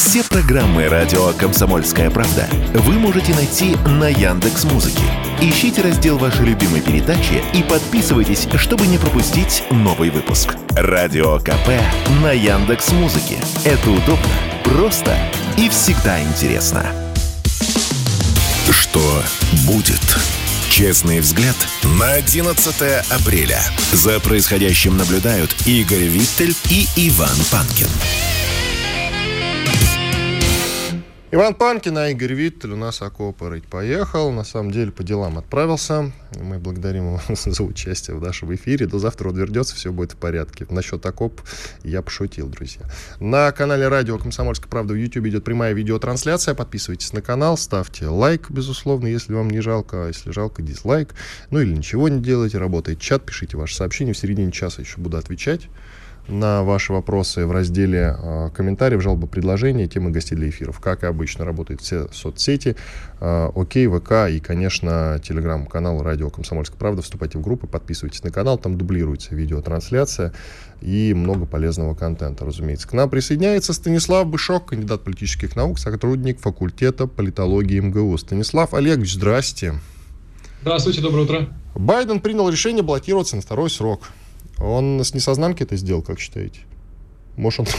Все программы радио «Комсомольская правда» вы можете найти на Яндекс.Музыке. Ищите раздел вашей любимой передачи и подписывайтесь, чтобы не пропустить новый выпуск. Радио КП на Яндекс.Музыке. Это удобно, просто и всегда интересно. Что будет? Честный взгляд на 11 апреля. За происходящим наблюдают Игорь Виттель и Иван Панкин. Иван Панкин, а Игорь Виттель у нас окопы рыть поехал. На самом деле по делам отправился. Мы благодарим его за участие в нашем эфире. До завтра он вернется, все будет в порядке. Насчет окоп я пошутил, друзья. На канале радио «Комсомольская правда» в YouTube идет прямая видеотрансляция. Подписывайтесь на канал, ставьте лайк, безусловно, если вам не жалко. А если жалко, дизлайк. Ну или ничего не делайте. Работает чат, пишите ваши сообщения. В середине часа еще буду отвечать на ваши вопросы в разделе комментариев, жалобы, предложения, темы гостей для эфиров. Как и обычно, работают все соцсети, ОК, ВК и, конечно, телеграм-канал «Радио Комсомольская правда». Вступайте в группы, подписывайтесь на канал, там дублируется видеотрансляция и много полезного контента, разумеется. К нам присоединяется Станислав Бышок, кандидат политических наук, сотрудник факультета политологии МГУ. Станислав Олегович, здрасте. Здравствуйте, доброе утро. Байден принял решение баллотироваться на второй срок. Он с несознанки это сделал, как считаете? Может, он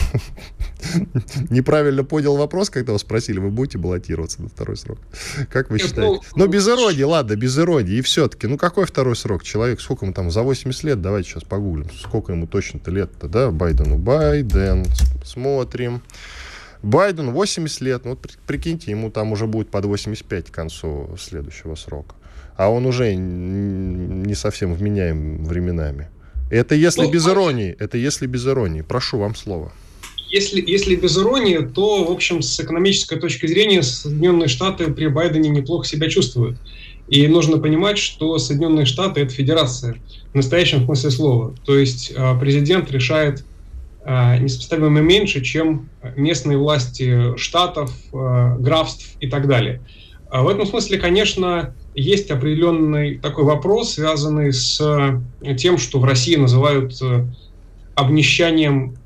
неправильно понял вопрос, когда вас спросили, вы будете баллотироваться на второй срок? Как вы считаете? Ну, без иронии, ладно, без иронии. И все-таки, ну, какой второй срок? Человек, сколько ему там, за 80 лет? Давайте сейчас погуглим. Сколько ему точно-то лет-то, да, Байдену? Байден, смотрим. Байдену 80 лет. Ну, вот прикиньте, ему там уже будет под 85 к концу следующего срока. А он уже не совсем вменяем временами. Это если без иронии. Это если без иронии. Прошу, вам слово. Если без иронии, то, в общем, с экономической точки зрения Соединенные Штаты при Байдене неплохо себя чувствуют. И нужно понимать, что Соединенные Штаты – это федерация в настоящем смысле слова. То есть президент решает несопоставимо меньше, чем местные власти штатов, графств и так далее. В этом смысле, конечно, есть определенный такой вопрос, связанный с тем, что в России называют обнищанием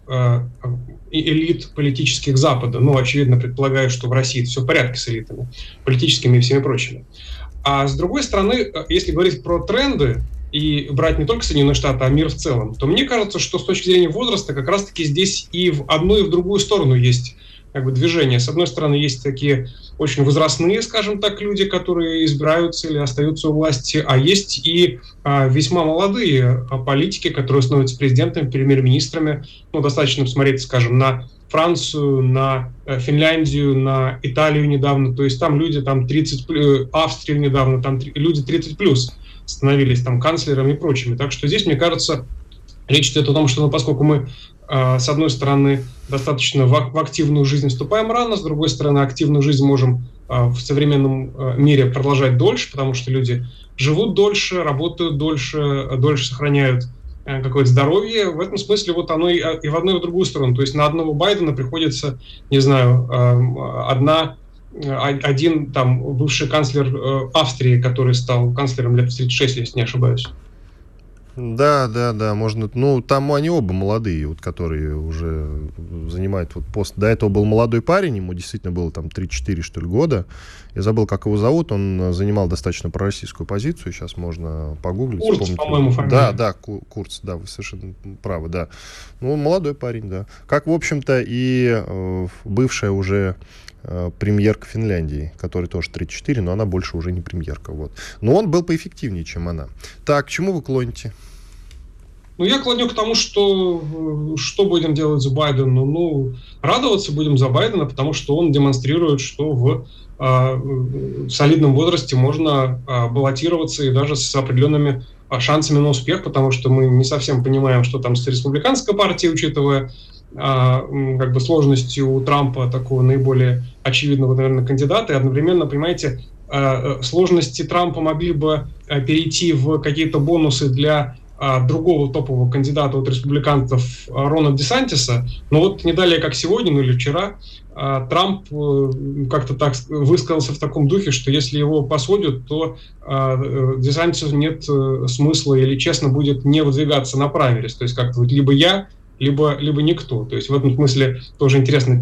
элит политических Запада. Ну, очевидно, предполагаю, что в России все в порядке с элитами политическими и всеми прочими. А с другой стороны, если говорить про тренды и брать не только Соединенные Штаты, а мир в целом, то мне кажется, что с точки зрения возраста как раз-таки здесь и в одну, и в другую сторону есть как бы движение. С одной стороны, есть такие очень возрастные, скажем так, люди, которые избираются или остаются у власти, а есть и весьма молодые политики, которые становятся президентами, премьер-министрами. Ну, достаточно посмотреть, скажем, на Францию, на Финляндию, на Италию недавно. То есть там люди там 30+, Австрию недавно, там люди 30+ становились там канцлерами и прочими. Так что здесь, мне кажется, речь идет о том, что поскольку мы с одной стороны, достаточно в активную жизнь вступаем рано, с другой стороны, активную жизнь можем в современном мире продолжать дольше, потому что люди живут дольше, работают дольше дольше сохраняют какое-то здоровье. В этом смысле вот оно и в одну, и в другую сторону. То есть на одного Байдена приходится, не знаю, один там бывший канцлер Австрии, который стал канцлером лет в 36, если не ошибаюсь. Да, можно. Ну, там они оба молодые, вот, которые уже занимают вот пост. До этого был молодой парень, ему действительно было там 3-4, что ли, года. Я забыл, как его зовут. Он занимал достаточно пророссийскую позицию. Сейчас можно погуглить. Курц, по-моему, фамилия. Да, Курц, да, вы совершенно правы, да. Ну, молодой парень, да. Как, в общем-то, и бывшая уже премьерка Финляндии, которой тоже 34, но она больше уже не премьерка. Вот. Но он был поэффективнее, чем она. Так, к чему вы клоните? Ну, я клоню к тому, что будем делать за Байдена? Ну, радоваться будем за Байдена, потому что он демонстрирует, что в солидном возрасте можно баллотироваться и даже с определенными шансами на успех, потому что мы не совсем понимаем, что там с республиканской партией, учитывая как бы сложности у Трампа, такого наиболее очевидного, наверное, кандидата, и одновременно, понимаете, сложности Трампа могли бы перейти в какие-то бонусы для другого топового кандидата от республиканцев Рона Десантиса. Но вот не далее, как сегодня, ну или вчера, Трамп как-то так высказался в таком духе, что если его посадят, то Десантису нет смысла или честно будет не выдвигаться на праймерис. То есть как-то вот либо я либо никто. То есть в этом смысле тоже интересно,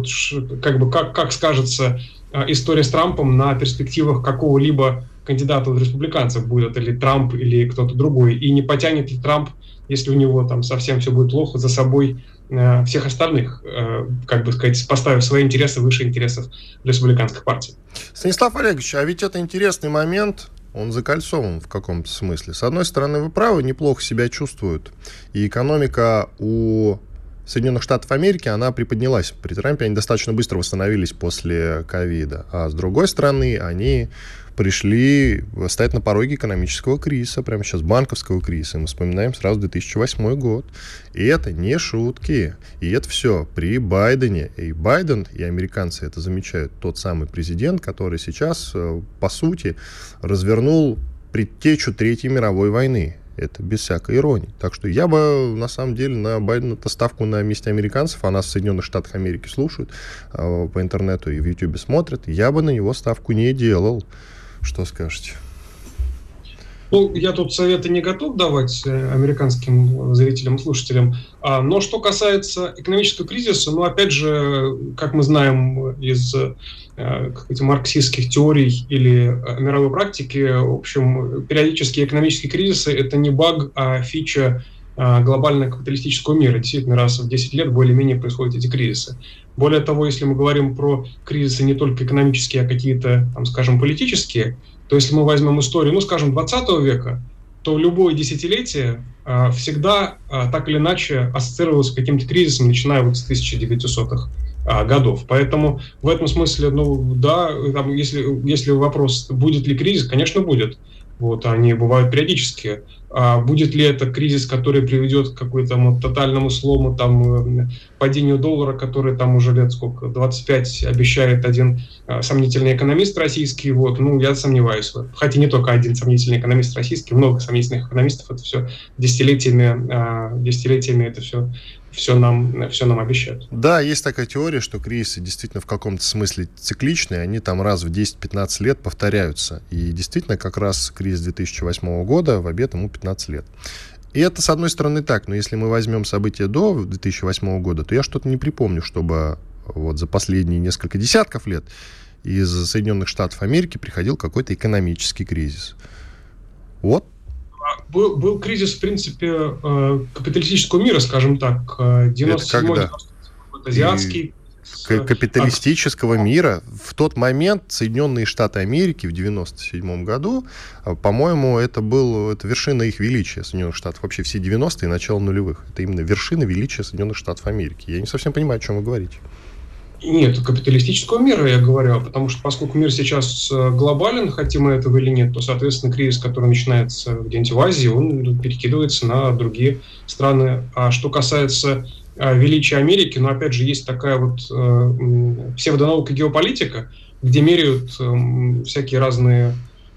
как скажется история с Трампом на перспективах какого-либо кандидата от республиканцев, будет это ли Трамп или кто-то другой, и не потянет ли Трамп, если у него там совсем все будет плохо, за собой всех остальных, поставив свои интересы выше интересов республиканской партии. Станислав Олегович, а ведь это интересный момент, он закольцован в каком-то смысле. С одной стороны, вы правы, неплохо себя чувствуют, и экономика у Соединенных Штатов Америки, она приподнялась. При Трампе они достаточно быстро восстановились после ковида. А с другой стороны, они пришли стоять на пороге экономического кризиса, прямо сейчас банковского кризиса. Мы вспоминаем сразу 2008 год. И это не шутки. И это все при Байдене. И Байден, и американцы это замечают, тот самый президент, который сейчас, по сути, развернул предтечу Третьей мировой войны. Это без всякой иронии. Так что я бы, на самом деле, на Байдена-то ставку на месте американцев, а нас в Соединенных Штатах Америки слушают, по интернету и в Ютубе смотрят, я бы на него ставку не делал. Что скажете? Ну, я тут советы не готов давать американским зрителям и слушателям. Но что касается экономического кризиса, опять же, как мы знаем из марксистских теорий или мировой практики, в общем, периодические экономические кризисы – это не баг, а фича глобального капиталистического мира. Действительно, раз в 10 лет более-менее происходят эти кризисы. Более того, если мы говорим про кризисы не только экономические, а какие-то, скажем, политические, то если мы возьмем историю, 20 века, то любое десятилетие всегда так или иначе ассоциировалось с каким-то кризисом, начиная с 1900-х годов. Поэтому в этом смысле, если вопрос, будет ли кризис, конечно, будет. Они бывают периодически. Будет ли это кризис, который приведет к какой-то тотальному слому, падению доллара, который уже лет 25 обещает один сомнительный экономист российский, я сомневаюсь. Хотя не только один сомнительный экономист российский, много сомнительных экономистов, это все десятилетиями это все нам обещают. Да, есть такая теория, что кризисы действительно в каком-то смысле цикличные, они раз в 10-15 лет повторяются. И действительно, как раз кризис 2008 года в обед ему 15 лет. И это, с одной стороны, так, но если мы возьмем события до 2008 года, то я что-то не припомню, чтобы за последние несколько десятков лет из Соединенных Штатов Америки приходил какой-то экономический кризис. Был кризис, в принципе, капиталистического мира, скажем так, 97-й, азиатский. Капиталистического мира. В тот момент Соединенные Штаты Америки в 97 году, по-моему, это вершина их величия, Соединенных Штатов, вообще все 90-е и начало нулевых. Это именно вершина величия Соединенных Штатов Америки. Я не совсем понимаю, о чем вы говорите. Нет, капиталистического мира, я говорю, потому что поскольку мир сейчас глобален, хотим мы этого или нет, то, соответственно, кризис, который начинается где-нибудь в Азии, он перекидывается на другие страны. А что касается величия Америки, опять же, есть такая псевдонаука геополитика, где меряют всякие разные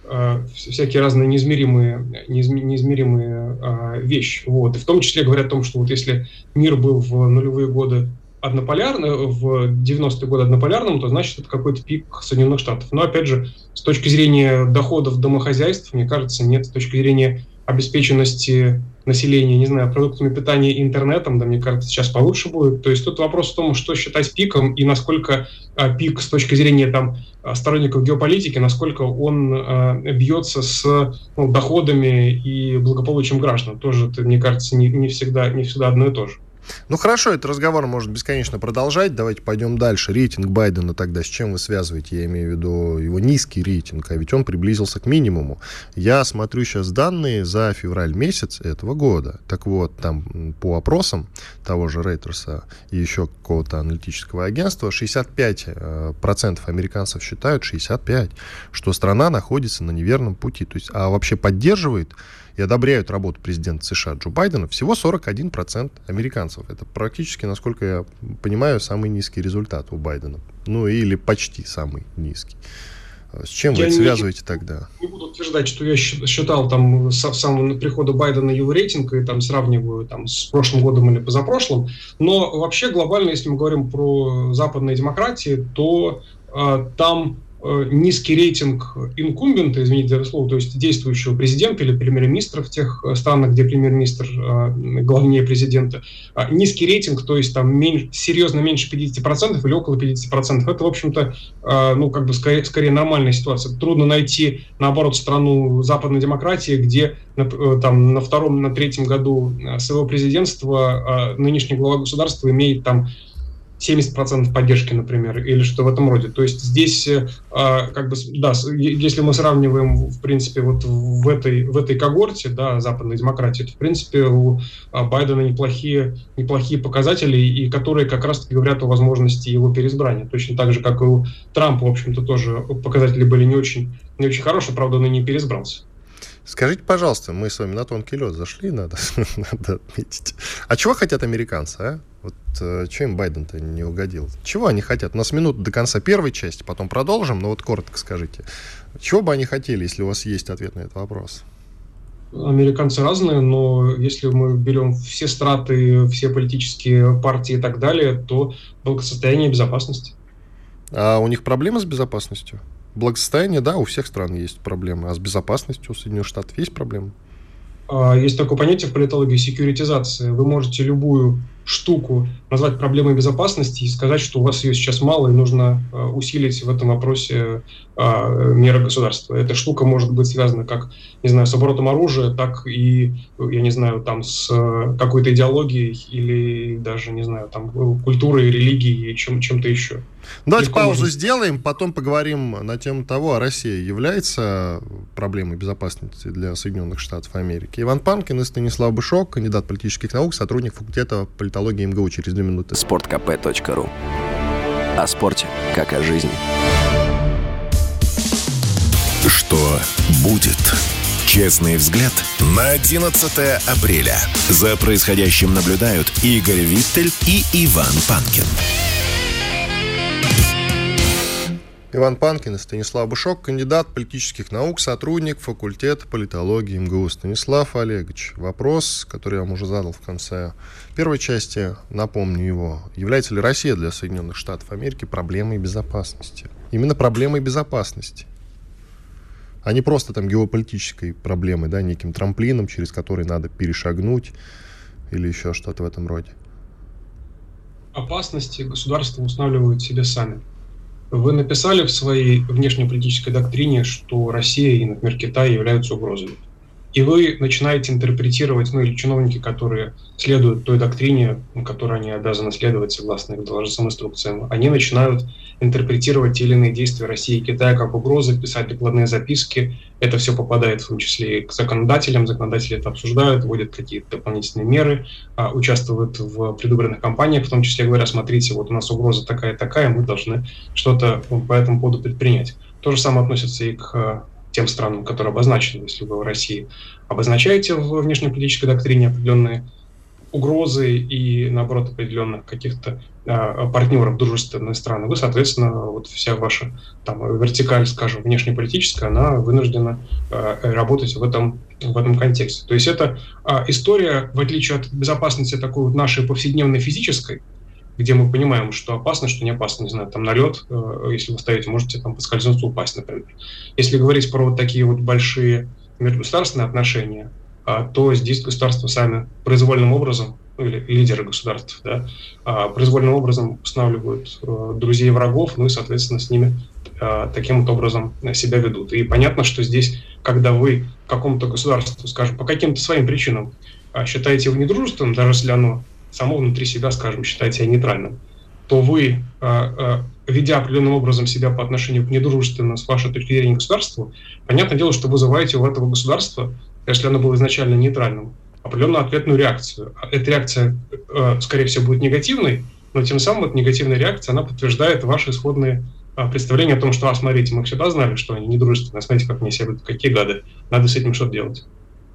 неизмеримые вещи. И в том числе говорят о том, что если мир был в нулевые годы в 90-е годы однополярным, то значит это какой-то пик Соединенных Штатов. Но опять же, с точки зрения доходов домохозяйств, мне кажется, нет. С точки зрения обеспеченности населения, продуктами питания и интернетом, мне кажется, сейчас получше будет. То есть тут вопрос в том, что считать пиком и насколько пик с точки зрения сторонников геополитики, насколько он бьется с доходами и благополучием граждан. Тоже, мне кажется, не всегда одно и то же. Хорошо, этот разговор может бесконечно продолжать. Давайте пойдем дальше. Рейтинг Байдена тогда с чем вы связываете? Я имею в виду его низкий рейтинг, а ведь он приблизился к минимуму. Я смотрю сейчас данные за февраль месяц этого года. Так вот, там по опросам того же Рейтерса и еще какого-то аналитического агентства 65% американцев считают, 65%, что страна находится на неверном пути. То есть, а вообще поддерживает и одобряют работу президента США Джо Байдена всего 41% американцев. Это практически, насколько я понимаю, самый низкий результат у Байдена. Или почти самый низкий. С чем вы это связываете тогда? Не буду утверждать, что я считал с самого прихода Байдена его рейтинг и сравниваю с прошлым годом или позапрошлым. Но вообще глобально, если мы говорим про западные демократии, то там низкий рейтинг инкумбента, извините за это слово, то есть действующего президента или премьер-министра в тех странах, где премьер-министр главнее президента, низкий рейтинг, то есть там серьезно меньше 50% или около 50%, это, в общем-то, скорее нормальная ситуация. Трудно найти, наоборот, страну западной демократии, где там на втором, на третьем году своего президентства нынешний глава государства имеет там 70% поддержки, например, или что в этом роде. То есть здесь, если мы сравниваем, в принципе, вот в этой когорте, да, западной демократии, то, в принципе, у Байдена неплохие показатели, и которые как раз-таки говорят о возможности его переизбрания. Точно так же, как и у Трампа, в общем-то, тоже показатели были не очень хорошие, правда, он и не переизбрался. Скажите, пожалуйста, мы с вами на тонкий лед зашли, надо отметить. А чего хотят американцы, а? Вот чего им Байден-то не угодил? Чего они хотят? У нас минута до конца первой части, потом продолжим, но вот коротко скажите. Чего бы они хотели, если у вас есть ответ на этот вопрос? Американцы разные, но если мы берем все страты, все политические партии и так далее, то благосостояние и безопасность. А у них проблемы с безопасностью? Благосостояние, да, у всех стран есть проблемы. А с безопасностью у Соединенных Штатов есть проблемы? Есть такое понятие в политологии — секьюритизация. Вы можете любую штуку назвать проблемой безопасности и сказать, что у вас ее сейчас мало, и нужно усилить в этом вопросе меры государства. Эта штука может быть связана как, не знаю, с оборотом оружия, так и, я не знаю, там с какой-то идеологией или даже, не знаю, там культурой, религией и чем-то еще. Давайте паузу сделаем, потом поговорим на тему того, а Россия является проблемой безопасности для Соединенных Штатов Америки. Иван Панкин и Станислав Бышок, кандидат политических наук, сотрудник факультета политологии МГУ. Через 2 минуты. Sportkp.ru. О спорте, как о жизни. Что будет? Честный взгляд на 11 апреля. За происходящим наблюдают Игорь Виттель и Иван Панкин. Иван Панкин и Станислав Бышок, кандидат политических наук, сотрудник факультета политологии МГУ. Станислав Олегович, вопрос, который я вам уже задал в конце первой части, напомню его. Является ли Россия для Соединенных Штатов Америки проблемой безопасности? Именно проблемой безопасности. А не просто там геополитической проблемой, да, неким трамплином, через который надо перешагнуть или еще что-то в этом роде. Опасности государства устанавливают себе сами. Вы написали в своей внешнеполитической доктрине, что Россия и, например, Китай являются угрозами. И вы начинаете интерпретировать, или чиновники, которые следуют той доктрине, которой они обязаны следовать согласно их должностным инструкциям, они начинают интерпретировать те или иные действия России и Китая как угрозы, писать докладные записки. Это все попадает в том числе и к законодателям. Законодатели это обсуждают, вводят какие-то дополнительные меры, участвуют в предвыборных кампаниях, в том числе говоря, смотрите, вот у нас угроза такая-такая, мы должны что-то по этому поводу предпринять. То же самое относится и к тем странам, которые обозначены, если вы в России обозначаете в внешнеполитической доктрине определенные угрозы и, наоборот, определенных каких-то партнеров дружественной страны, вы, соответственно, вот вся ваша там вертикаль, скажем, внешнеполитическая, она вынуждена работать в этом контексте. То есть это история, в отличие от безопасности такой вот нашей повседневной физической, где мы понимаем, что опасно, что не опасно, не знаю, там на лед, если вы стоите, можете там поскользнуться, упасть, например. Если говорить про вот такие вот большие межгосударственные отношения, то здесь государства сами произвольным образом, или лидеры государств, да, произвольным образом устанавливают друзей и врагов, и, соответственно, с ними таким вот образом себя ведут. И понятно, что здесь, когда вы какому-то государству, скажем, по каким-то своим причинам считаете его недружественным, даже если оно само внутри себя, скажем, считаете себя нейтральным, то вы, ведя определенным образом себя по отношению к недружественному, с вашей точки зрения, государству, понятное дело, что вызываете у этого государства, если оно было изначально нейтральным, определенную ответную реакцию. Эта реакция, скорее всего, будет негативной, но тем самым эта негативная реакция, она подтверждает ваши исходные представления о том, что, смотрите, мы всегда знали, что они недружественные, смотрите, как они себя ведут, какие гады, надо с этим что-то делать.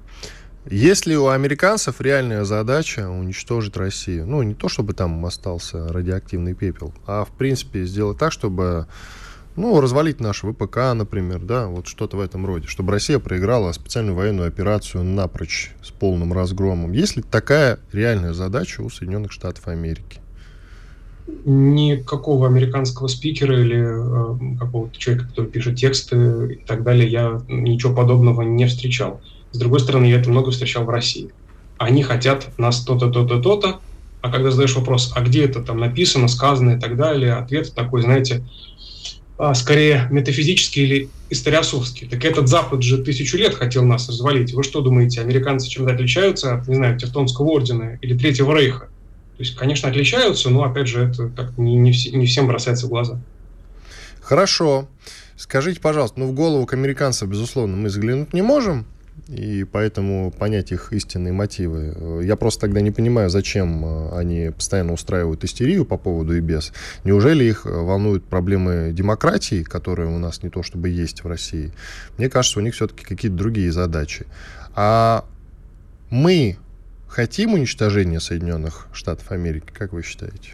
Есть ли у американцев реальная задача уничтожить Россию? Не то, чтобы там остался радиоактивный пепел, а, в принципе, сделать так, чтобы, развалить наш ВПК, например, да, вот что-то в этом роде, чтобы Россия проиграла специальную военную операцию напрочь с полным разгромом. Есть ли такая реальная задача у Соединенных Штатов Америки? никакого американского спикера или какого-то человека, который пишет тексты и так далее, я ничего подобного не встречал. С другой стороны, я это много встречал в России. Они хотят нас то-то, то-то, то-то, а когда задаешь вопрос, а где это там написано, сказано и так далее, ответ такой, знаете, скорее метафизический или историосовский. Так этот Запад же 1000 лет хотел нас развалить. Вы что думаете, американцы чем-то отличаются от, не знаю, Тевтонского ордена или Третьего Рейха? То есть, конечно, отличаются, но, опять же, это как-то не всем бросается в глаза. Хорошо. Скажите, пожалуйста, в голову к американцам, безусловно, мы заглянуть не можем, и поэтому понять их истинные мотивы. Я просто тогда не понимаю, зачем они постоянно устраивают истерию по поводу и без. Неужели их волнуют проблемы демократии, которые у нас не то чтобы есть в России? Мне кажется, у них все-таки какие-то другие задачи. А мы хотим уничтожения Соединенных Штатов Америки, как вы считаете?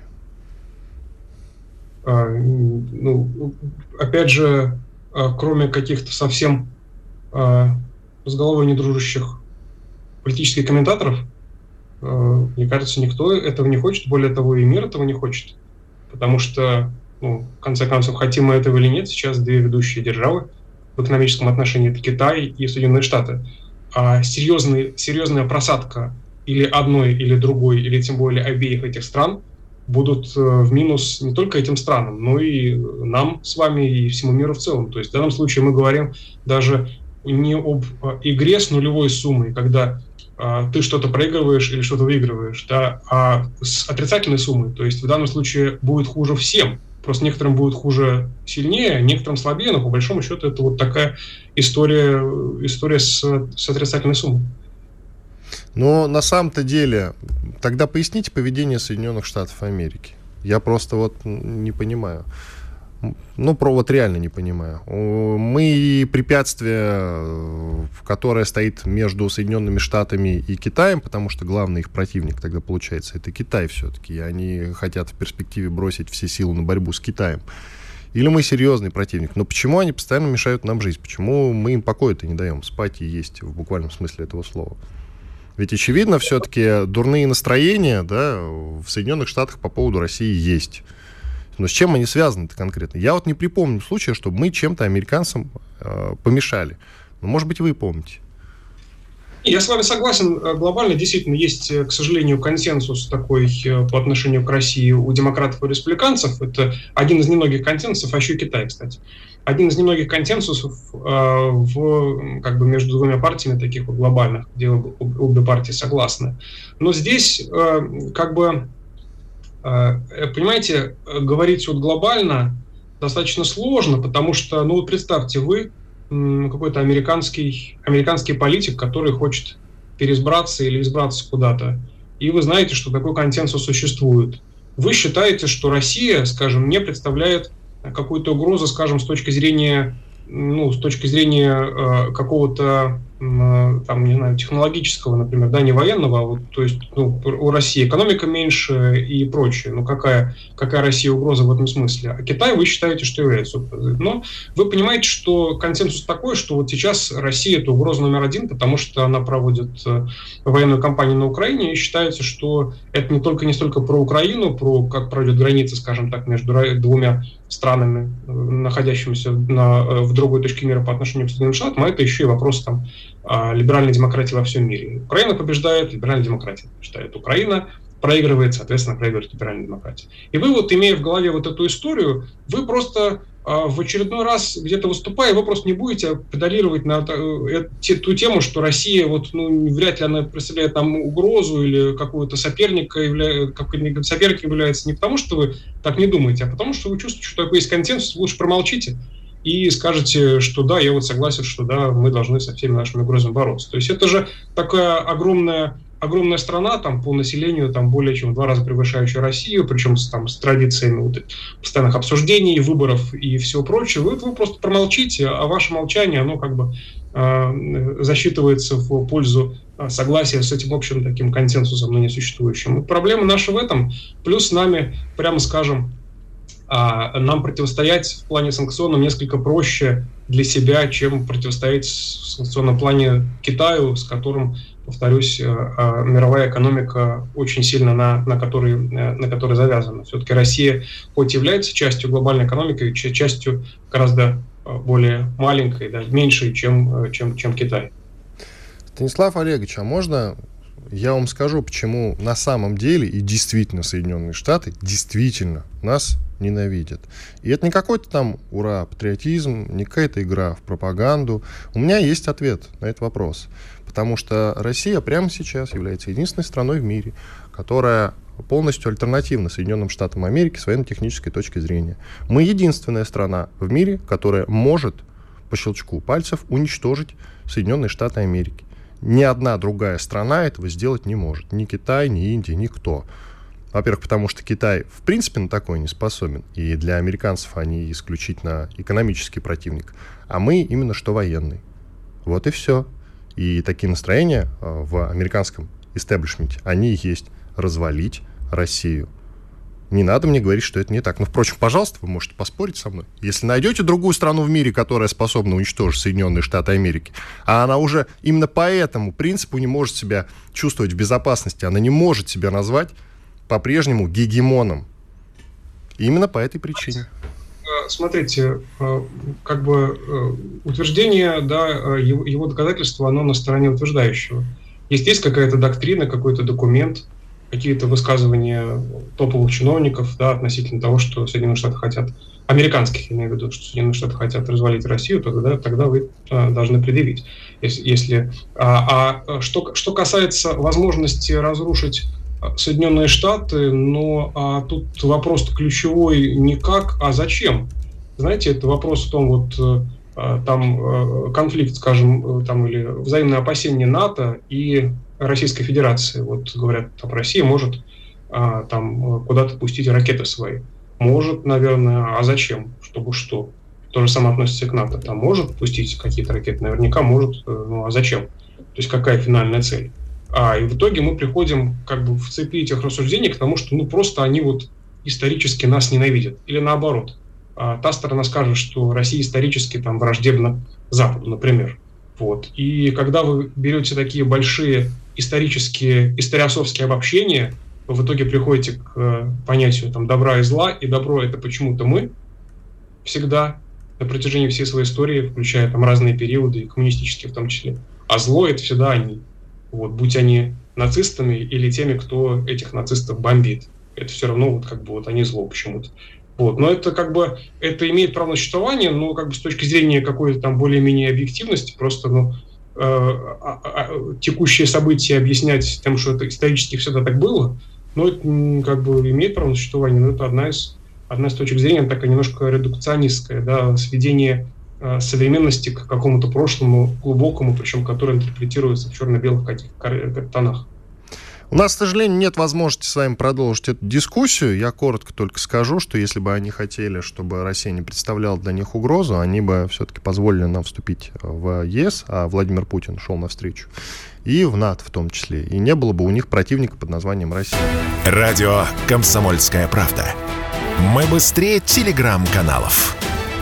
Опять же, кроме каких-то совсем с головой не дружащих политических комментаторов, мне кажется, никто этого не хочет. Более того, и мир этого не хочет. Потому что, в конце концов, хотим мы этого или нет, сейчас две ведущие державы в экономическом отношении — это Китай и Соединенные Штаты. А серьезная просадка или одной, или другой, или тем более обеих этих стран будут в минус не только этим странам, но и нам с вами, и всему миру в целом. То есть в данном случае мы говорим даже не об игре с нулевой суммой, когда ты что-то проигрываешь или что-то выигрываешь, да, а с отрицательной суммой. То есть в данном случае будет хуже всем. Просто некоторым будет хуже сильнее, некоторым слабее, но по большому счету это вот такая история с отрицательной суммой. Но на самом-то деле, тогда поясните поведение Соединенных Штатов Америки. Я просто не понимаю. Реально не понимаю. Мы препятствие, которое стоит между Соединенными Штатами и Китаем, потому что главный их противник тогда, получается, это Китай все-таки, и они хотят в перспективе бросить все силы на борьбу с Китаем. Или мы серьезный противник? Но почему они постоянно мешают нам жить? Почему мы им покоя-то не даем? Спать и есть в буквальном смысле этого слова. Ведь, очевидно, все-таки дурные настроения, да, в Соединенных Штатах по поводу России есть. Но с чем они связаны-то конкретно? Я не припомню случая, чтобы мы чем-то американцам помешали. Но, может быть, вы помните. Я с вами согласен. Глобально действительно есть, к сожалению, консенсус такой по отношению к России у демократов и республиканцев. Это один из немногих консенсусов, а еще и Китай, кстати. Один из немногих консенсусов между двумя партиями таких глобальных, где обе партии согласны. Но здесь понимаете, говорить глобально достаточно сложно, потому что, представьте, вы какой-то американский политик, который хочет переизбраться или избраться куда-то, и вы знаете, что такой консенсус существует. Вы считаете, что Россия, скажем, не представляет какую-то угрозу, скажем, с точки зрения какого-то технологического, например, не военного, то есть у России экономика меньше и прочее. Какая Россия угроза в этом смысле? А Китай вы считаете, что является угрозой. Но вы понимаете, что консенсус такой, что сейчас Россия — это угроза номер один, потому что она проводит военную кампанию на Украине, и считается, что это не столько про Украину, про как пройдет граница, скажем так, между двумя странами, находящимися в другой точке мира по отношению к Соединенным Штатам, а это еще и вопрос либеральной демократии во всем мире. Украина побеждает, либеральная демократия побеждает. Украина проигрывает, соответственно, проигрывает либеральная демократия. И вы имея в голове эту историю, вы просто в очередной раз где-то выступая, вы просто не будете педалировать на ту тему, что Россия вряд ли она представляет нам угрозу или какого-то соперника является, не потому, что вы так не думаете, а потому, что вы чувствуете, что такой есть консенсус, лучше промолчите и скажете, что да, я согласен, что да, мы должны со всеми нашими угрозами бороться. То есть это же такая огромная страна, по населению, более чем в 2 раза превышающая Россию, причем с традициями постоянных обсуждений, выборов и всего прочего. Вы просто промолчите, а ваше молчание, оно засчитывается в пользу согласия с этим общим таким консенсусом, но несуществующим. И проблема наша в этом. Плюс с нами, прямо скажем, нам противостоять в плане санкционном несколько проще для себя, чем противостоять в санкционном плане Китаю, с которым повторюсь, мировая экономика очень сильно на которой завязана. Все-таки Россия, хоть является частью глобальной экономики, частью гораздо более маленькой, да, меньшей, чем Китай. Станислав Олегович, а можно я вам скажу, почему на самом деле и действительно Соединенные Штаты действительно нас ненавидят. И это не какой-то там ура-патриотизм, не какая-то игра в пропаганду. У меня есть ответ на этот вопрос. Потому что Россия прямо сейчас является единственной страной в мире, которая полностью альтернативна Соединенным Штатам Америки с военно-технической точки зрения. Мы единственная страна в мире, которая может по щелчку пальцев уничтожить Соединенные Штаты Америки. Ни одна другая страна этого сделать не может. Ни Китай, ни Индия, никто. Во-первых, потому что Китай в принципе на такое не способен. И для американцев они исключительно экономический противник. А мы именно что военный. Вот и все. И такие настроения в американском истеблишменте, они и есть развалить Россию. Не надо мне говорить, что это не так. Но, впрочем, пожалуйста, вы можете поспорить со мной. Если найдете другую страну в мире, которая способна уничтожить Соединенные Штаты Америки, а она уже именно по этому принципу не может себя чувствовать в безопасности, она не может себя назвать по-прежнему гегемоном. Именно по этой причине. Смотрите, как бы утверждение, да, его доказательство, оно на стороне утверждающего. Есть какая-то доктрина, какой-то документ, какие-то высказывания топовых чиновников, да, относительно того, что Соединенные Штаты хотят, американских, я имею в виду, что Соединенные Штаты хотят развалить Россию, тогда вы должны предъявить. Что касается возможности разрушить Соединенные Штаты, но тут вопрос ключевой не как, а зачем. Знаете, это вопрос в том, там конфликт, скажем, там, или взаимное опасение НАТО и Российской Федерации. Вот говорят, там Россия может там куда-то пустить ракеты свои. Может, наверное, а зачем? Чтобы что? То же самое относится и к НАТО. Там может пустить какие-то ракеты? Наверняка может, ну а зачем? То есть какая финальная цель? И в итоге мы приходим как бы в цепи этих рассуждений к тому, что просто они исторически нас ненавидят. Или наоборот. Та сторона скажет, что Россия исторически там враждебна Западу, например. И когда вы берете такие большие историосовские обобщения, вы в итоге приходите к понятию там, добра и зла, и добро — это почему-то мы всегда на протяжении всей своей истории, включая там разные периоды, и коммунистические в том числе. А зло — это всегда они. Будь они нацистами или теми, кто этих нацистов бомбит. Это все равно они зло почему-то. Но это это имеет право на существование, но с точки зрения какой-то там более-менее объективности, просто текущие события объяснять тем, что это исторически всегда так было, это имеет право на существование, но это одна из точек зрения, такая немножко редукционистская, да, сведение современности к какому-то прошлому глубокому, причем которое интерпретируется в черно-белых каких-то тонах. У нас, к сожалению, нет возможности с вами продолжить эту дискуссию. Я коротко только скажу, что если бы они хотели, чтобы Россия не представляла для них угрозу, они бы все-таки позволили нам вступить в ЕС, а Владимир Путин шел навстречу, и в НАТО в том числе. И не было бы у них противника под названием Россия. Радио «Комсомольская правда». Мы быстрее телеграм-каналов.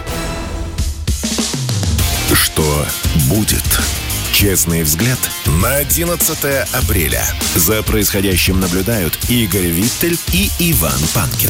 Что будет? Честный взгляд на 11 апреля. За происходящим наблюдают Игорь Виттель и Иван Панкин.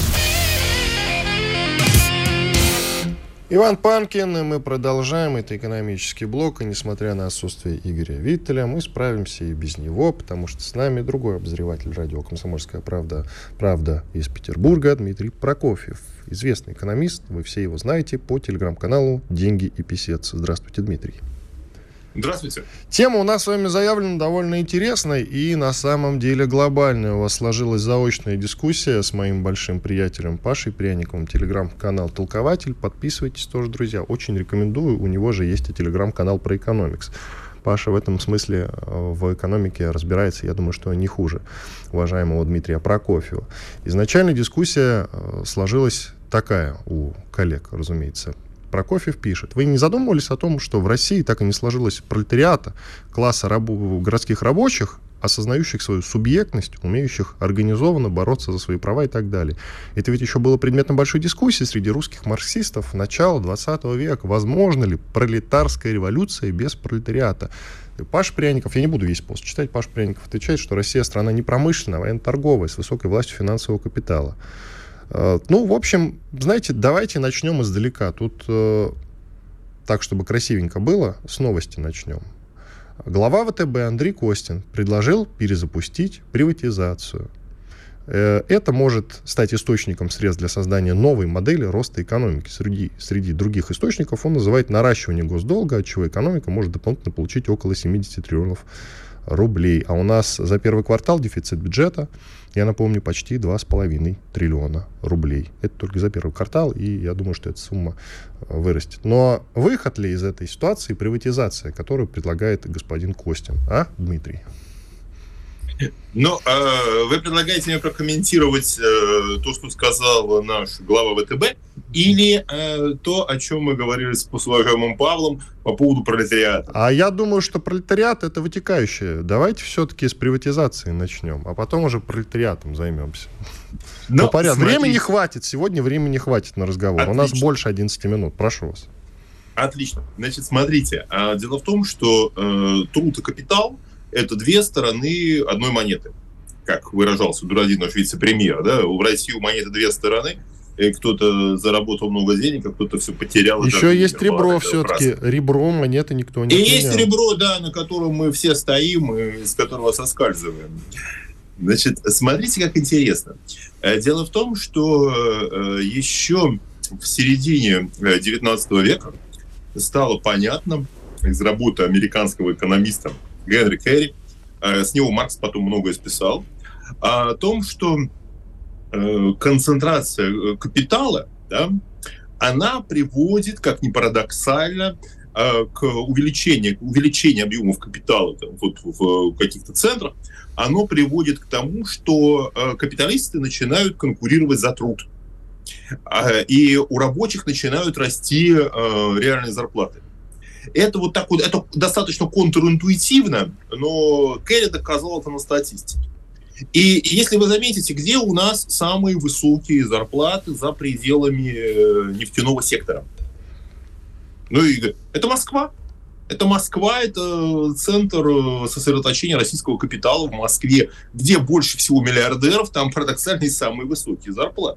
Иван Панкин, и мы продолжаем. Это экономический блок. И несмотря на отсутствие Игоря Виттеля, мы справимся и без него, потому что с нами другой обозреватель радио «Комсомольская правда» из Петербурга, Дмитрий Прокофьев. Известный экономист, вы все его знаете по телеграм-каналу «Деньги и писец». Здравствуйте, Дмитрий. Здравствуйте. Тема у нас с вами заявлена довольно интересная и на самом деле глобальная. У вас сложилась заочная дискуссия с моим большим приятелем Пашей Пряниковым. Телеграм-канал «Толкователь». Подписывайтесь тоже, друзья. Очень рекомендую. У него же есть и телеграм-канал про экономикс. Паша в этом смысле в экономике разбирается, я думаю, что не хуже уважаемого Дмитрия Прокофьева. Изначально дискуссия сложилась такая у коллег, разумеется. Прокофьев пишет: вы не задумывались о том, что в России так и не сложилось пролетариата, класса городских рабочих, осознающих свою субъектность, умеющих организованно бороться за свои права и так далее. Это ведь еще было предметом большой дискуссии среди русских марксистов начала 20 века. Возможно ли пролетарская революция без пролетариата? Паша Пряников, я не буду весь пост читать, Паша Пряников отвечает, что Россия страна не промышленная, а военно-торговая, с высокой властью финансового капитала. Ну, в общем, знаете, давайте начнем издалека. Тут так, чтобы красивенько было, с новости начнем. Глава ВТБ Андрей Костин предложил перезапустить приватизацию. Это может стать источником средств для создания новой модели роста экономики. Среди других источников он называет наращивание госдолга, от чего экономика может дополнительно получить около 70 триллионов рублей. А у нас за первый квартал дефицит бюджета, я напомню, почти 2,5 триллиона рублей. Это только за первый квартал, и я думаю, что эта сумма вырастет. Но выход ли из этой ситуации приватизация, которую предлагает господин Костин, Дмитрий? Ну, вы предлагаете мне прокомментировать то, что сказал наш глава ВТБ, или то, о чем мы говорили с уважаемым Павлом по поводу пролетариата? А я думаю, что пролетариат — это вытекающее. Давайте все-таки с приватизации начнем, а потом уже пролетариатом займемся. Ну, порядок. Времени хватит. Сегодня времени хватит на разговор. Отлично. У нас больше 11 минут. Прошу вас. Отлично. Значит, смотрите. Дело в том, что труд и капитал — это две стороны одной монеты. Как выражался Дурадин, наш вице-премьер. Да? В России у монеты две стороны. И кто-то заработал много денег, а кто-то все потерял. Еще есть ребро все-таки. Ребро монеты никто не отменял. И есть ребро, да, на котором мы все стоим и с которого соскальзываем. Значит, смотрите, как интересно. Дело в том, что еще в середине XIX века стало понятно из работы американского экономиста Генри Керри, с него Маркс потом многое списал, о том, что концентрация капитала, да, она приводит, как ни парадоксально, к увеличению объемов капитала там, вот, в каких-то центрах, оно приводит к тому, что капиталисты начинают конкурировать за труд. И у рабочих начинают расти реальные зарплаты. Это вот так вот, это достаточно контринтуитивно, но Керри доказал это на статистике. И если вы заметите, где у нас самые высокие зарплаты за пределами нефтяного сектора? Ну и это Москва. Это Москва, это центр сосредоточения российского капитала в Москве, где больше всего миллиардеров, там парадоксально самые высокие зарплаты.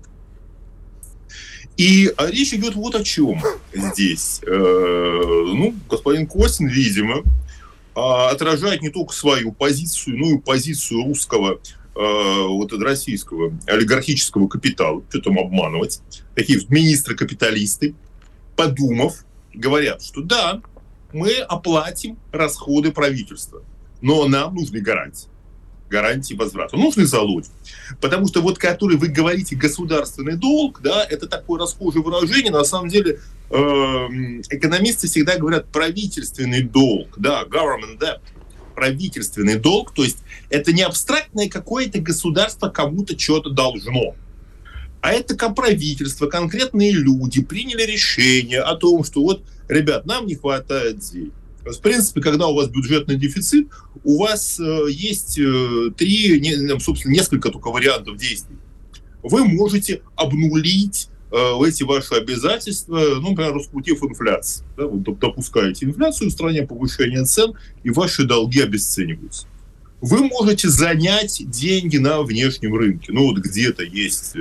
И речь идет вот о чем здесь. Господин Костин, видимо, отражает не только свою позицию, но и позицию русского, российского олигархического капитала. Что там обманывать? Такие министры-капиталисты, подумав, говорят, что да, мы оплатим расходы правительства, но нам нужны гарантии возврата. Нужны залоги. Потому что вот, который вы говорите, государственный долг, да, это такое расхожее выражение, на самом деле экономисты всегда говорят правительственный долг, да, government debt, правительственный долг, то есть это не абстрактное какое-то государство кому-то что-то должно, а это как правительство, конкретные люди приняли решение о том, что вот, ребят, нам не хватает денег. В принципе, когда у вас бюджетный дефицит, у вас есть несколько только вариантов действий. Вы можете обнулить эти ваши обязательства, например, раскрутив инфляцию. Да, вы допускаете инфляцию в стране, повышение цен, и ваши долги обесцениваются. Вы можете занять деньги на внешнем рынке. Где-то есть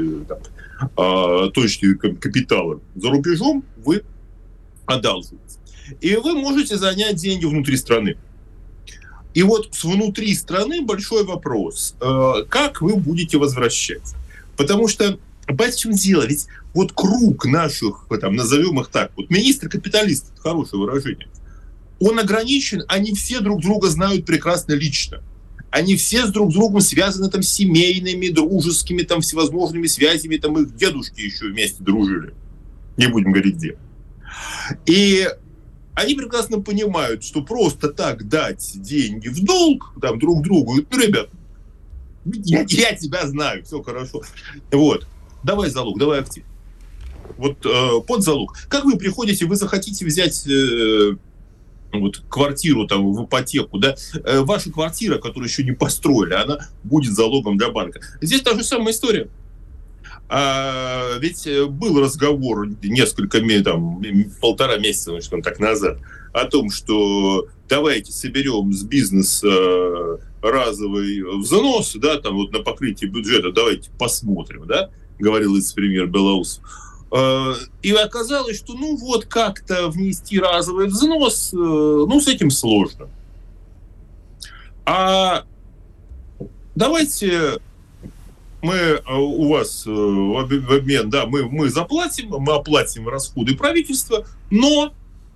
точки капитала за рубежом, вы одалживаете. И вы можете занять деньги внутри страны. И вот внутри страны большой вопрос, как вы будете возвращать. Потому что, понимаете, в чем дело? Ведь вот круг наших, назовем их так, вот министры-капиталисты, это хорошее выражение, он ограничен, они все друг друга знают прекрасно лично. Они все с друг другом связаны семейными, дружескими, всевозможными связями, их дедушки еще вместе дружили. Не будем говорить где. И они прекрасно понимают, что просто так дать деньги в долг друг другу, ребят, я тебя знаю, все хорошо. Вот, давай залог, давай актив. Вот под залог. Как вы приходите, вы захотите взять вот квартиру там в ипотеку, да, ваша квартира, которую еще не построили, она будет залогом для банка. Здесь та же самая история. Ведь был разговор полтора месяца, значит, так назад, о том, что давайте соберем с бизнеса разовый взнос, да, там вот на покрытие бюджета, давайте посмотрим, да, говорил вице-премьер Белоусов. И оказалось, что как-то внести разовый взнос, с этим сложно. А давайте мы у вас в обмен, да, мы заплатим, мы оплатим расходы правительства, но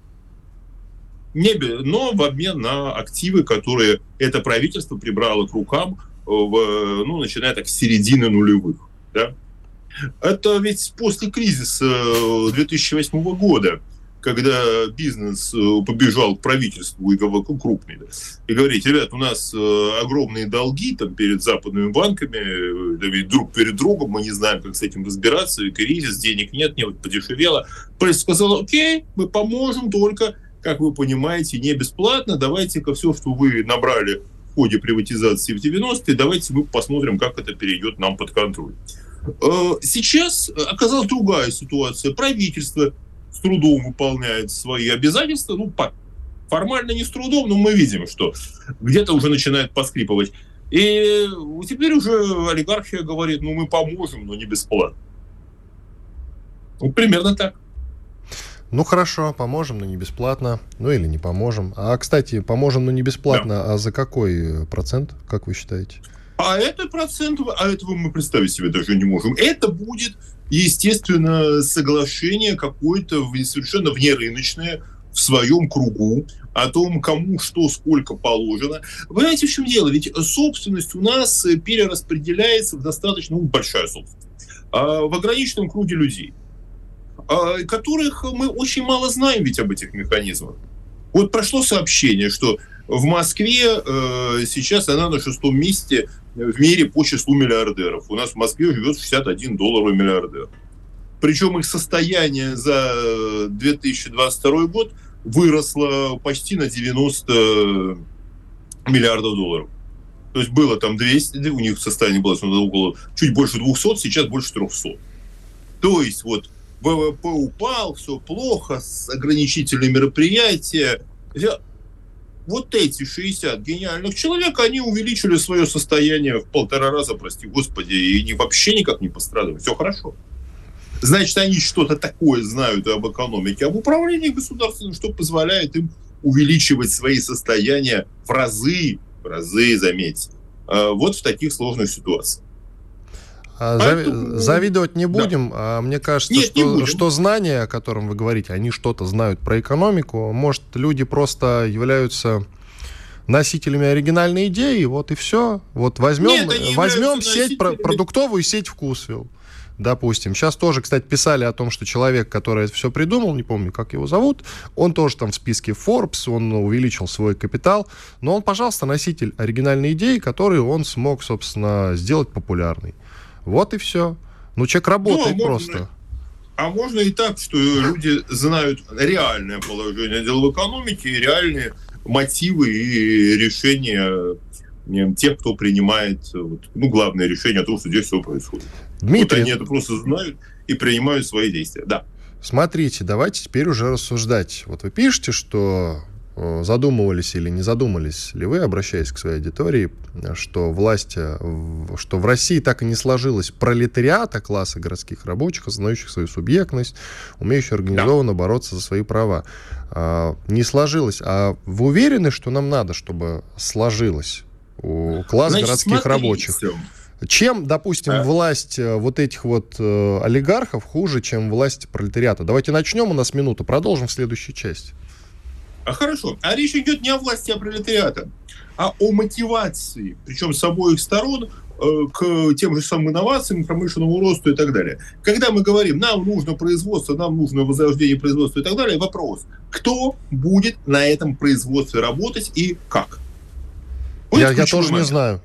в обмен на активы, которые это правительство прибрало к рукам, начиная так с середины нулевых, да. Это ведь после кризиса 2008 года, когда бизнес побежал к правительству и крупный, да, и говорит: ребят, у нас огромные долги там перед западными банками, да, ведь друг перед другом, мы не знаем, как с этим разбираться, и кризис, денег нет, нефть подешевела. Правительство сказало: окей, мы поможем, только, как вы понимаете, не бесплатно, давайте-ка все, что вы набрали в ходе приватизации в 90-е, давайте мы посмотрим, как это перейдет нам под контроль. Сейчас оказалась другая ситуация. Правительство с трудом выполняет свои обязательства. Формально не с трудом, но мы видим, что где-то уже начинает поскрипывать. И теперь уже олигархия говорит: мы поможем, но не бесплатно. Примерно так. Хорошо, поможем, но не бесплатно. Или не поможем. Кстати, поможем, но не бесплатно. Да. А за какой процент, как вы считаете? Этого мы представить себе даже не можем. Это будет, естественно, соглашение какое-то совершенно внерыночное в своем кругу о том, кому что, сколько положено. Вы понимаете, в чем дело? Ведь собственность у нас перераспределяется в достаточно большая собственность, в ограниченном круге людей, которых мы очень мало знаем ведь об этих механизмах. Вот прошло сообщение, что в Москве сейчас она на 6-м месте в мире по числу миллиардеров. У нас в Москве живет $61 миллиардер. Причем их состояние за 2022 год выросло почти на 90 миллиардов долларов. То есть было там 200, у них состояние было около чуть больше 200, сейчас больше 300. То есть вот ВВП упал, все плохо, ограничительные мероприятия. Вот эти 60 гениальных человек, они увеличили свое состояние в 1,5 раза, прости господи, и вообще никак не пострадали. Все хорошо. Значит, они что-то такое знают об экономике, об управлении государством, что позволяет им увеличивать свои состояния в разы, заметьте, вот в таких сложных ситуациях. Завидовать не будем. Да. Мне кажется, что знания, о котором вы говорите, они что-то знают про экономику. Может, люди просто являются носителями оригинальной идеи, вот и все. Вот возьмем сеть, продуктовую сеть «Вкусвилл». Допустим. Сейчас тоже, кстати, писали о том, что человек, который это все придумал, не помню, как его зовут, он тоже там в списке Forbes, он увеличил свой капитал, но он, пожалуйста, носитель оригинальной идеи, которую он смог, собственно, сделать популярной. Вот и все. Человек работает просто. Можно и так, что люди знают реальное положение дел в экономике, и реальные мотивы и решения тех, кто принимает главное решение о том, что здесь все происходит. Дмитрий, они это просто знают и принимают свои действия. Да. Смотрите, давайте теперь уже рассуждать. Вот вы пишете, что задумывались или не задумались ли вы, обращаясь к своей аудитории, что в России так и не сложилось пролетариата, класса городских рабочих, осознающих свою субъектность, умеющих организованно бороться за свои права. Не сложилось. А вы уверены, что нам надо, чтобы сложилось у класса городских рабочих? Чем, допустим, власть вот этих вот олигархов хуже, чем власть пролетариата? Давайте начнем, у нас минута, продолжим в следующей части. Хорошо. А речь идет не о власти, а пролетариата, а о мотивации, причем с обоих сторон, к тем же самым инновациям, промышленному росту и так далее. Когда мы говорим, нам нужно производство, нам нужно возрождение производства и так далее, вопрос, кто будет на этом производстве работать и как? Я тоже не знаю.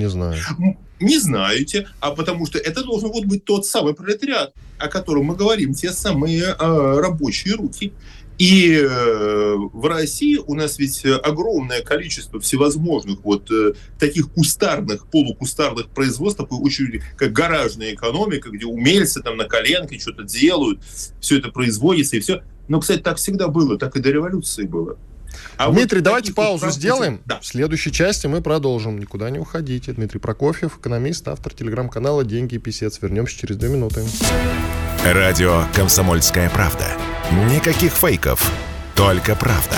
Не знаете, а потому что это должен быть тот самый пролетариат, о котором мы говорим, те самые рабочие руки. И в России у нас ведь огромное количество всевозможных таких кустарных, полукустарных производств, такой очень как гаражная экономика, где умельцы там на коленке что-то делают, все это производится и все. Но, кстати, так всегда было, так и до революции было. Дмитрий, давайте паузу сделаем. Да. В следующей части мы продолжим. Никуда не уходите. Дмитрий Прокофьев, экономист, автор телеграм-канала «Деньги и писец». Вернемся через 2 минуты. Радио «Комсомольская правда». Никаких фейков, только правда.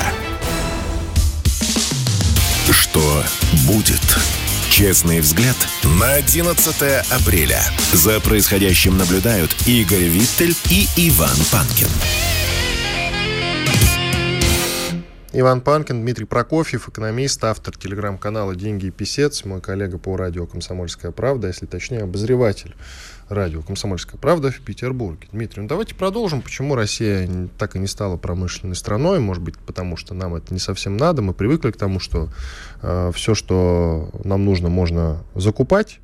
Что будет? Честный взгляд на 11 апреля. За происходящим наблюдают Игорь Виттель и Иван Панкин. Иван Панкин, Дмитрий Прокофьев, экономист, автор телеграм-канала «Деньги и писец», мой коллега по радио «Комсомольская правда», если точнее, обозреватель радио «Комсомольская правда» в Петербурге. Дмитрий, давайте продолжим. Почему Россия так и не стала промышленной страной? Может быть, потому что нам это не совсем надо. Мы привыкли к тому, что все, что нам нужно, можно закупать,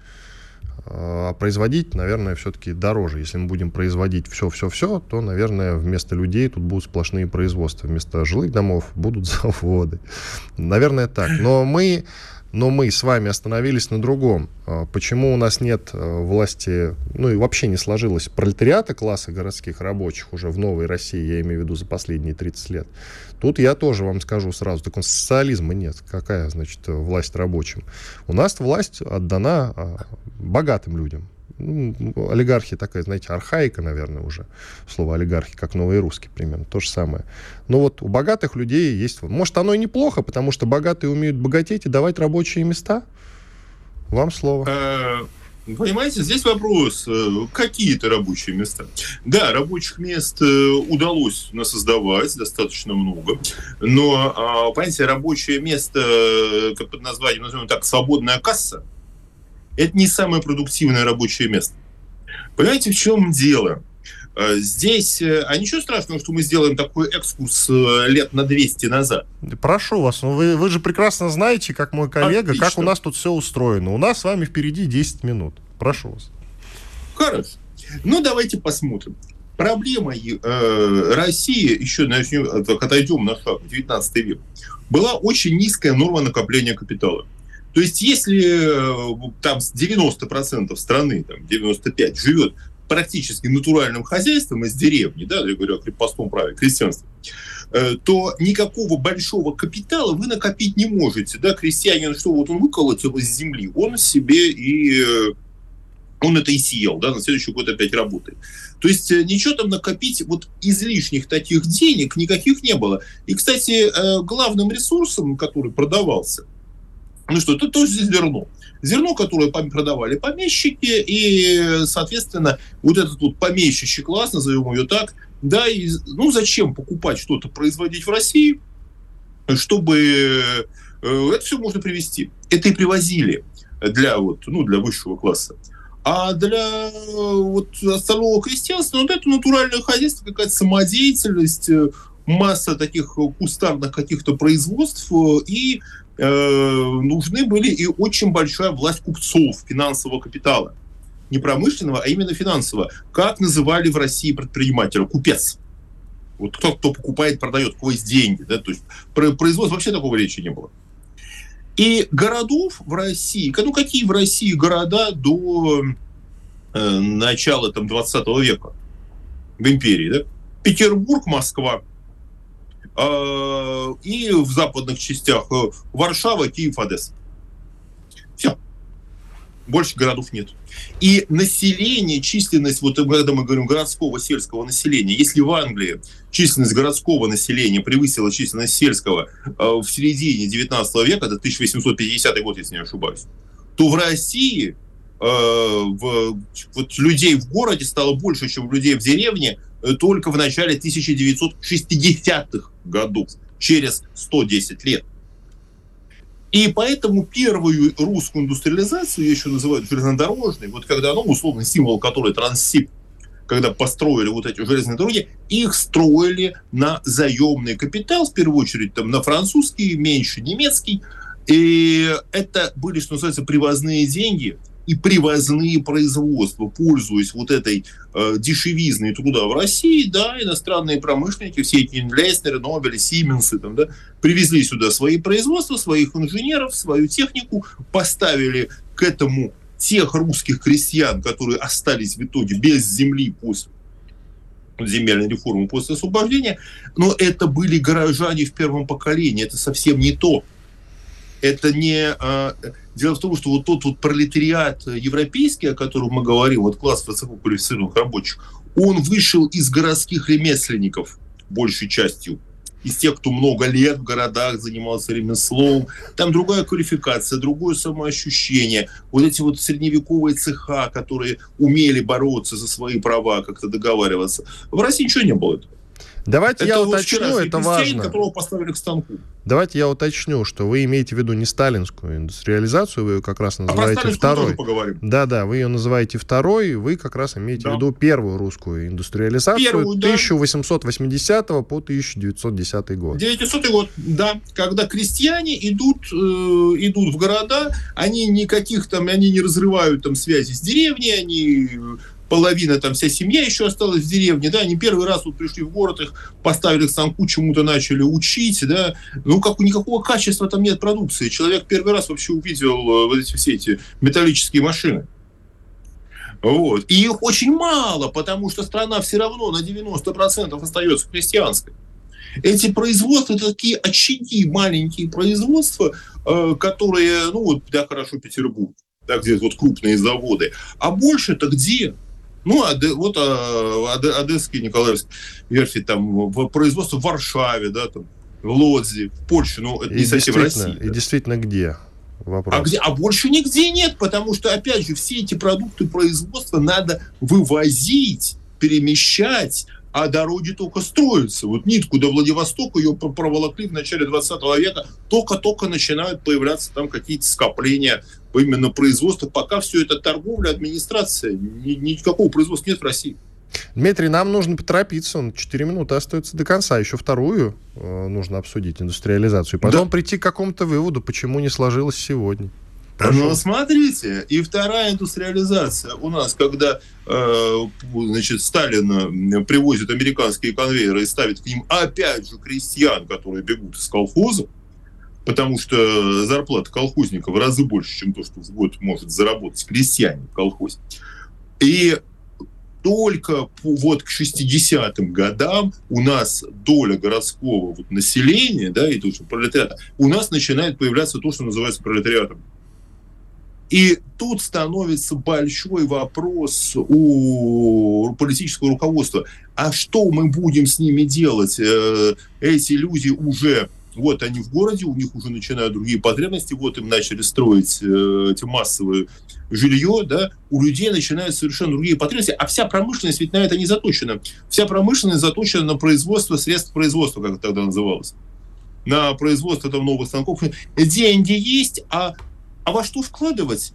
а производить, наверное, все-таки дороже. Если мы будем производить все, то, наверное, вместо людей тут будут сплошные производства. Вместо жилых домов будут заводы. Наверное, так. Но мы с вами остановились на другом. Почему у нас нет власти, и вообще не сложилось пролетариата класса городских рабочих уже в новой России, я имею в виду за последние 30 лет. Тут я тоже вам скажу сразу, так социализма нет. Какая, значит, власть рабочим? У нас власть отдана богатым людям. Олигархи такая, знаете, архаика, наверное, уже. Слово олигархи, как новые русские, примерно. То же самое. Но у богатых людей есть... Может, оно и неплохо, потому что богатые умеют богатеть и давать рабочие места? Вам слово. Понимаете, здесь вопрос, какие-то рабочие места. Да, рабочих мест удалось насоздавать достаточно много, но, понимаете, рабочее место, как под названием, назовем так, свободная касса, это не самое продуктивное рабочее место. Понимаете, в чем дело? Здесь, ничего страшного, что мы сделаем такой экскурс лет на 200 назад. Прошу вас, вы же прекрасно знаете, как мой коллега, Отлично. как у нас тут все устроено. У нас с вами впереди 10 минут. Прошу вас. Хорошо. Давайте посмотрим. Проблемой России, еще отойдем на шаг в 19 век, была очень низкая норма накопления капитала. То есть, если там 90% страны, 95% живет практически натуральным хозяйством из деревни, да, я говорю о крепостном праве, крестьянстве, то никакого большого капитала вы накопить не можете. Да? Крестьянин, что он выколотил из земли, он себе он это и съел, да, на следующий год опять работает. То есть ничего там накопить, излишних таких денег никаких не было. И, кстати, главным ресурсом, который продавался, это тоже зерно. Зерно, которое продавали помещики, и, соответственно, этот помещичий класс, назовем ее так, да, и, зачем покупать что-то, производить в России, чтобы это все можно привезти. Это и привозили для высшего класса. А для остального крестьянства, это натуральное хозяйство, какая-то самодеятельность, масса таких кустарных каких-то производств, и нужны были и очень большая власть купцов, финансового капитала. Не промышленного, а именно финансового. Как называли в России предпринимателя? Купец. Кто покупает, продает, у кого есть деньги. Да? То есть производства вообще такого речи не было. И городов в России, какие в России города до начала 20 века в империи? Да? Петербург, Москва. И в западных частях Варшава, Киев, Одесса. Все. Больше городов нет. И население, численность, когда мы говорим городского, сельского населения, если в Англии численность городского населения превысила численность сельского в середине 19 века, это 1850 год, если не ошибаюсь, то в России людей в городе стало больше, чем людей в деревне, только в начале 1960-х годов, через 110 лет. И поэтому первую русскую индустриализацию, ее еще называют железнодорожной, когда, условно, символ которой Транссиб, когда построили эти железные дороги, их строили на заемный капитал, в первую очередь на французский, меньше немецкий. И это были, что называется, привозные деньги, и привозные производства, пользуясь вот этой дешевизной труда в России, да, иностранные промышленники, все эти Инлеснеры, Нобели, Сименсы, там, да, привезли сюда свои производства, своих инженеров, свою технику, поставили к этому тех русских крестьян, которые остались в итоге без земли после земельной реформы, после освобождения, но это были горожане в первом поколении, это совсем не то. Это не... Дело в том, что вот тот вот пролетариат европейский, о котором мы говорим, вот класс высококвалифицированных рабочих, он вышел из городских ремесленников, большей частью, из тех, кто много лет в городах занимался ремеслом. Там другая квалификация, другое самоощущение. Вот эти вот средневековые цеха, которые умели бороться за свои права, как-то договариваться. В России ничего не было этого. Давайте я уточню, это важно. Которого поставили к станку. Давайте я уточню, что вы имеете в виду не сталинскую индустриализацию, вы ее как раз называете второй. Да, вы ее называете второй, вы как раз имеете в виду первую русскую индустриализацию 1880 по 1910 год. 1900 год, да, когда крестьяне идут в города, они никаких там, они не разрывают там связи с деревней, они... Половина, там, вся семья еще осталась в деревне, да, они первый раз вот пришли в город, их поставили к станку, чему-то начали учить, да, ну, никакого качества там нет продукции. Человек первый раз вообще увидел вот эти все эти металлические машины. Вот. И их очень мало, потому что страна все равно на 90% остается крестьянской. Эти производства, это такие очаги, маленькие производства, которые, ну, вот, да, хорошо, Петербург, да, где вот крупные заводы, а больше-то где? Ну, вот Одесский, Николаевский верфи, там, производство в Варшаве, да, там, в Лодзи, в Польше, ну, это не совсем Россия. И действительно где? Вопрос. А больше нигде нет, потому что, опять же, все эти продукты производства надо вывозить, перемещать, а дороги только строятся. Вот нитку до Владивостока ее проволокли в начале 20 века, только-только начинают появляться там какие-то скопления именно производства. Пока все это торговля, администрация, никакого производства нет в России. Дмитрий, нам нужно поторопиться, 4 минуты остается до конца, еще вторую нужно обсудить, индустриализацию, и потом прийти к какому-то выводу, почему не сложилось сегодня. Ну, смотрите, и вторая индустриализация у нас, когда, значит, Сталин привозит американские конвейеры и ставит к ним опять же крестьян, которые бегут из колхоза, потому что зарплата колхозника в разы больше, чем то, что в год может заработать крестьянин в колхозе. И только вот к 60-м годам у нас доля городского вот населения, да, и то, что пролетариата, у нас начинает появляться то, что называется пролетариатом. И тут становится большой вопрос у политического руководства. А что мы будем с ними делать? Эти люди уже, вот они в городе, у них уже начинают другие потребности, вот им начали строить эти массовые жилье, да, у людей начинают совершенно другие потребности, а вся промышленность ведь на это не заточена. Вся промышленность заточена на производство средств производства, как это тогда называлось. На производство там новых станков. Деньги есть, а во что вкладывать?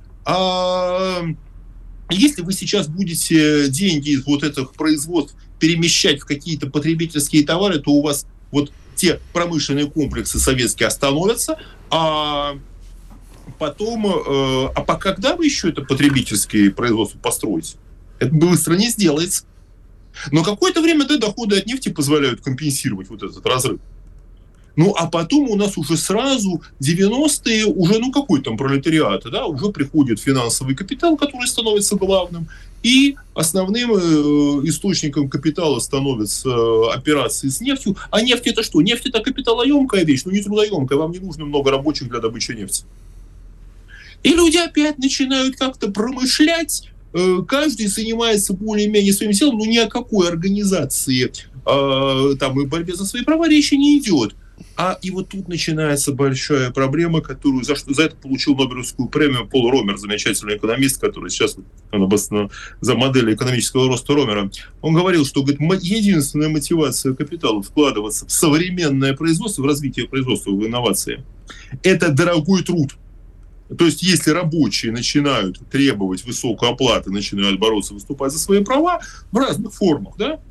Если вы сейчас будете деньги из вот этих производств перемещать в какие-то потребительские товары, то у вас вот те промышленные комплексы советские остановятся, а потом, когда вы еще это потребительские производства построите? Это быстро не сделается. Но какое-то время, да, доходы от нефти позволяют компенсировать вот этот разрыв. Ну, а потом у нас уже сразу 90-е, уже, ну, какой там пролетариат, да, уже приходит финансовый капитал, который становится главным, и основным источником капитала становятся операции с нефтью. А нефть это что? Нефть это капиталоемкая вещь, но не трудоемкая, вам не нужно много рабочих для добычи нефти. И люди опять начинают как-то промышлять, каждый занимается более-менее своим делом, но ни о какой организации там и борьбе за свои права речи не идет. И вот тут начинается большая проблема, которую за это получил Нобелевскую премию Пол Ромер, замечательный экономист, который сейчас за модель экономического роста Ромера. Он говорил, что, говорит, единственная мотивация капитала вкладываться в современное производство, в развитие производства, в инновации, это дорогой труд. То есть, если рабочие начинают требовать высокой оплаты, начинают бороться, выступать за свои права в разных формах, да,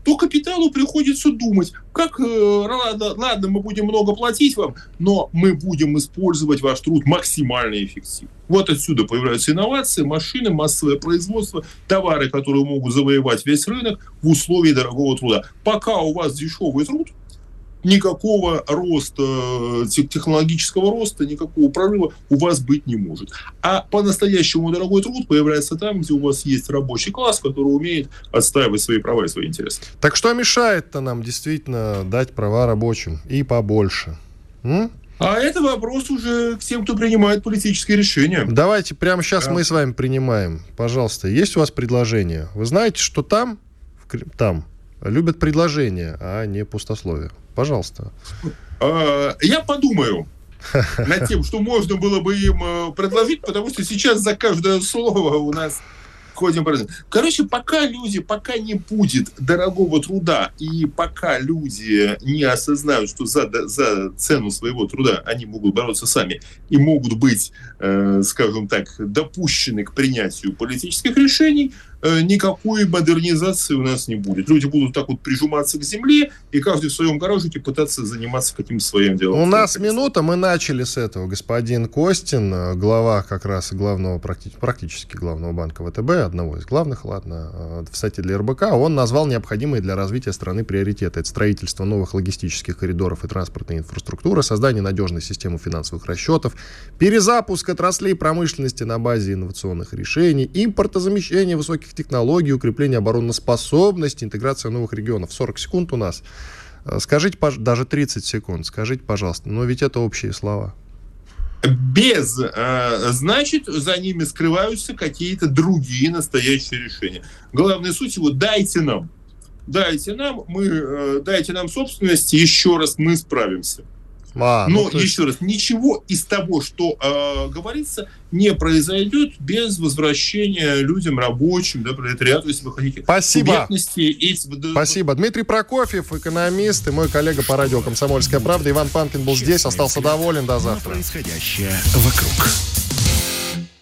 то капиталу приходится думать, как, ладно, мы будем много платить вам, но мы будем использовать ваш труд максимально эффективно. Вот отсюда появляются инновации, машины, массовое производство, товары, которые могут завоевать весь рынок в условиях дорогого труда. Пока у вас дешевый труд, никакого роста, технологического роста, никакого прорыва у вас быть не может. А по-настоящему дорогой труд появляется там, где у вас есть рабочий класс, который умеет отстаивать свои права и свои интересы. Так что мешает-то нам действительно дать права рабочим и побольше? А это вопрос уже к тем, кто принимает политические решения. Давайте прямо сейчас мы с вами принимаем. Пожалуйста, есть у вас предложение? Вы знаете, что там любят предложения, а не пустословие. Пожалуйста. Я подумаю над тем, что можно было бы им предложить, потому что сейчас за каждое слово у нас ходим. Короче, пока не будет дорогого труда, и пока люди не осознают, что за цену своего труда они могут бороться сами и могут быть, скажем так, допущены к принятию политических решений, никакой модернизации у нас не будет. Люди будут так вот прижиматься к земле, и каждый в своем гаражике пытаться заниматься каким-то своим делом. У нас минута, мы начали с этого. Господин Костин, глава как раз практически главного банка ВТБ, одного из главных, в сайте для РБК, он назвал необходимые для развития страны приоритеты. Это строительство новых логистических коридоров и транспортной инфраструктуры, создание надежной системы финансовых расчетов, перезапуск отраслей промышленности на базе инновационных решений, импортозамещение высоких технологий, укрепление обороноспособности, интеграция новых регионов. 40 секунд у нас. Скажите, даже 30 секунд, скажите, пожалуйста, но ведь это общие слова. Значит, за ними скрываются какие-то другие настоящие решения. Главная суть его: дайте нам собственности, еще раз мы справимся. Еще раз, ничего из того, что говорится, не произойдет без возвращения людям, рабочим, пролетариату, если вы хотите. Спасибо. Спасибо. Дмитрий Прокофьев, экономист, и мой коллега по радио «Комсомольская правда». Иван Панкин был здесь, остался доволен. До завтра. Происходящее вокруг.